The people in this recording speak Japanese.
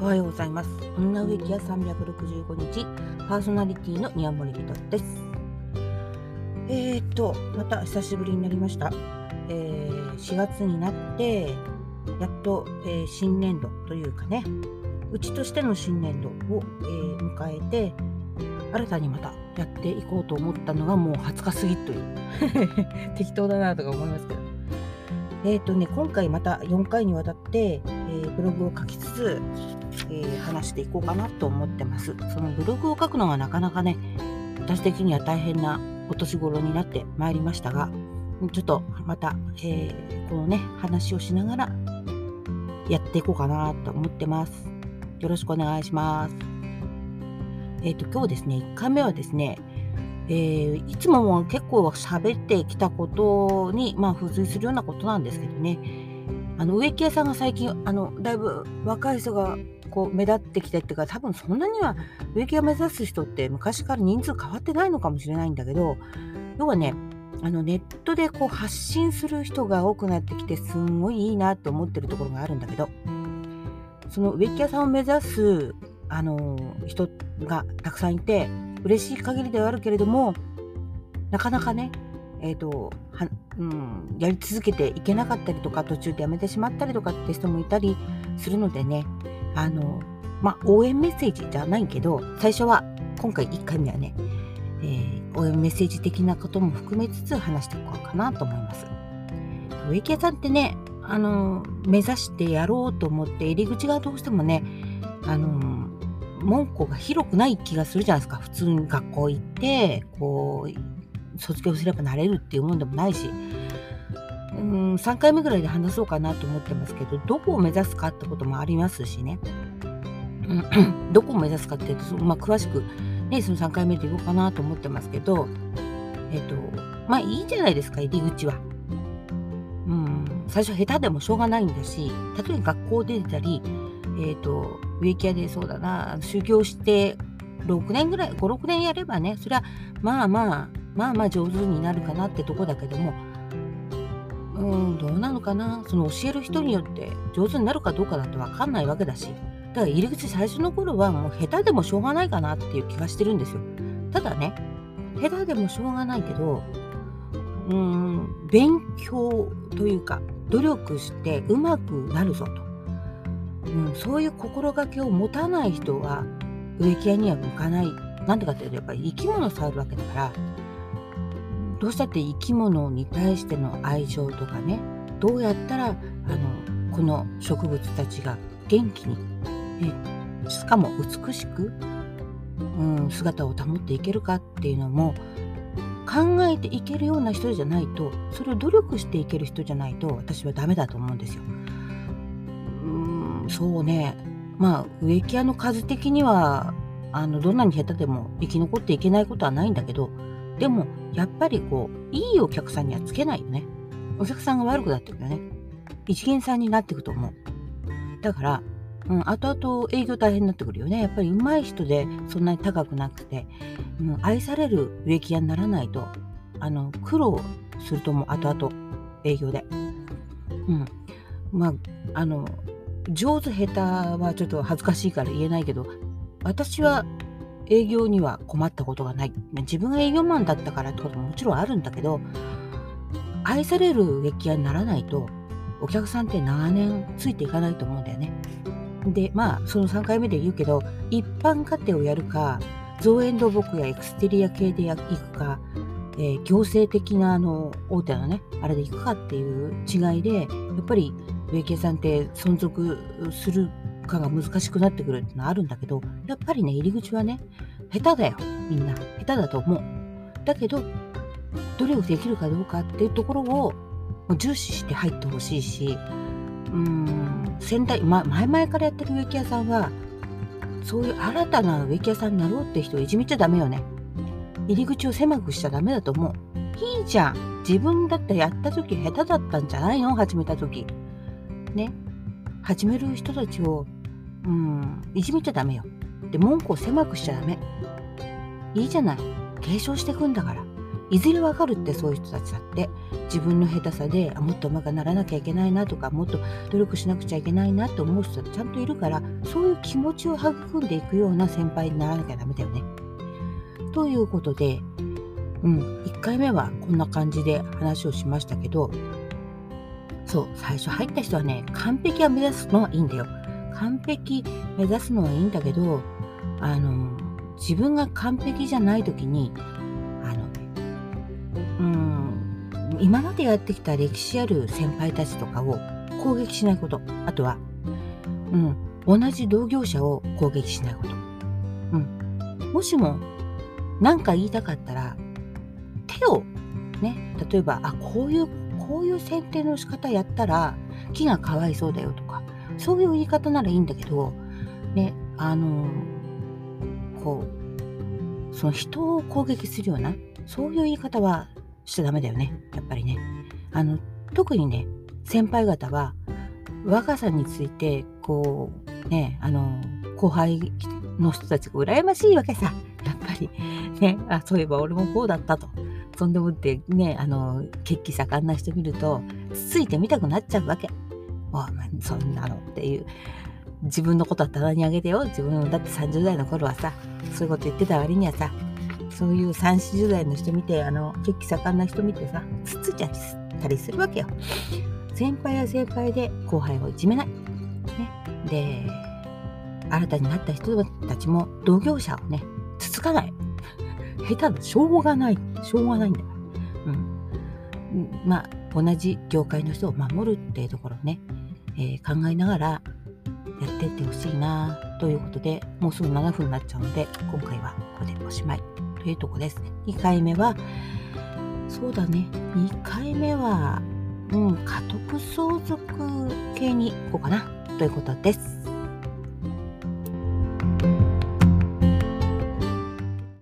おはようございます。女植木屋365日パーソナリティの宮森美斗です。また久しぶりになりました。4月になってやっと、新年度というかね、うちとしての新年度を、迎えて新たにまたやっていこうと思ったのがもう20日過ぎという適当だなとか思いますけど、今回また4回にわたって、ブログを書きつつ、話していこうかなと思ってます。そのブログを書くのがなかなかね、私的には大変なお年頃になってまいりましたが、ちょっとまた、このね話をしながらやっていこうかなと思ってます。よろしくお願いします。今日ですね、1回目はですね、いつもも結構喋ってきたことに、付随するようなことなんですけどね、植木屋さんが最近だいぶ若い人がこう目立ってきてっていうか、多分そんなには植木屋目指す人って昔から人数変わってないのかもしれないんだけど、要はね、ネットでこう発信する人が多くなってきてすんごいいいなと思ってるところがあるんだけど、その植木屋さんを目指す人がたくさんいて嬉しい限りではあるけれども、なかなかね、やり続けていけなかったりとか、途中でやめてしまったりとかって人もいたりするのでね、応援メッセージじゃないけど、最初は今回1回目はね、応援メッセージ的なことも含めつつ話していこうかなと思います。植木屋さんってね、目指してやろうと思って入り口がどうしてもね、門戸が広くない気がするじゃないですか。普通に学校行ってこう卒業すればなれるっていうもんでもないし、3回目ぐらいで話そうかなと思ってますけど、どこを目指すかってこともありますしね、どこを目指すかっていうと、詳しくね、その3回目で言おうかなと思ってますけど、いいじゃないですか、入り口は。最初下手でもしょうがないんだし、例えば学校出てたり、植木屋でそうだな、修行して6年ぐらい、5、6年やればね、それはまあ上手になるかなってとこだけども、どうなのかな、その教える人によって上手になるかどうかだって分かんないわけだし、だから入り口最初の頃はもう下手でもしょうがないかなっていう気がしてるんですよ。ただね、下手でもしょうがないけど、勉強というか努力してうまくなるぞと、そういう心がけを持たない人は植木屋には向かない。なんでかっていうと、やっぱり生き物を触るわけだから、どうしたって生き物に対しての愛情とかね、どうやったらこの植物たちが元気に、しかも美しく、姿を保っていけるかっていうのも考えていけるような人じゃないと、それを努力していける人じゃないと私はダメだと思うんですよ。そうね、植木屋の数的にはどんなに下手でも生き残っていけないことはないんだけど、でもやっぱりこういいお客さんにはつけないよね。お客さんが悪くなってくるよね。一元さんになっていくと思う。だから、後々営業大変になってくるよね。やっぱり上手い人でそんなに高くなくて、愛される植木屋にならないと苦労すると思う、後々営業で。上手下手はちょっと恥ずかしいから言えないけど、私は営業には困ったことがない。自分が営業マンだったからってことももちろんあるんだけど、愛される植木屋にならないとお客さんって長年ついていかないと思うんだよね。で、その3回目で言うけど、一般家庭をやるか、造園土木やエクステリア系で行くか、行政的な大手のねあれで行くかっていう違いで、やっぱり植木屋さんって存続するかが難しくなってくるっていうのはあるんだけど、やっぱりね、入り口はね下手だよ。みんな下手だと思う。だけど努力できるかどうかっていうところを重視して入ってほしいし、前々からやってる植木屋さんはそういう新たな植木屋さんになろうって人をいじめちゃダメよね。入り口を狭くしちゃダメだと思う。いいじゃん。自分だってやった時下手だったんじゃないの？始めた時ね。始める人たちをいじめちゃダメよ。で、門戸を狭くしちゃダメ。いいじゃない。継承していくんだから。 いずれわかるって、そういう人たちだって。自分の下手さでもっと上手くならなきゃいけないなとか、もっと努力しなくちゃいけないなと思う人はちゃんといるから、そういう気持ちを育んでいくような先輩にならなきゃダメだよね。ということで、1回目はこんな感じで話をしましたけど、そう、最初入った人はね、完璧は目指すのはいいんだよ。完璧目指すのはいいんだけど、自分が完璧じゃない時に、今までやってきた歴史ある先輩たちとかを攻撃しないこと。あとは、同じ同業者を攻撃しないこと。もしも何か言いたかったら、手をね、例えば、こういう剪定の仕方やったら木がかわいそうだよとか、そういう言い方ならいいんだけど、ね、その人を攻撃するような、そういう言い方はしちゃダメだよね。やっぱりね。特にね、先輩方は、若さについて、後輩の人たちが羨ましいわけさ。やっぱり。ね、そういえば俺もこうだったと。そんでもってね、血気盛んな人見ると、ついてみたくなっちゃうわけ。そんなのっていう。自分のことは棚にあげてよ。自分だって30代の頃はさ、そういうこと言ってた割にはさ、そういう3、40代の人見て、血気盛んな人見てさ、つっついちゃったりするわけよ。先輩は先輩で後輩をいじめない。ね。で、新たになった人たちも同業者をね、つつかない。下手だ。しょうがないんだから。同じ業界の人を守るっていうところをね、考えながらやっていってほしいなということで、もうすぐ7分になっちゃうので、今回はこれでおしまいというところです。2回目は、そうだね、2回目は、家督相続系に行こうかなということです。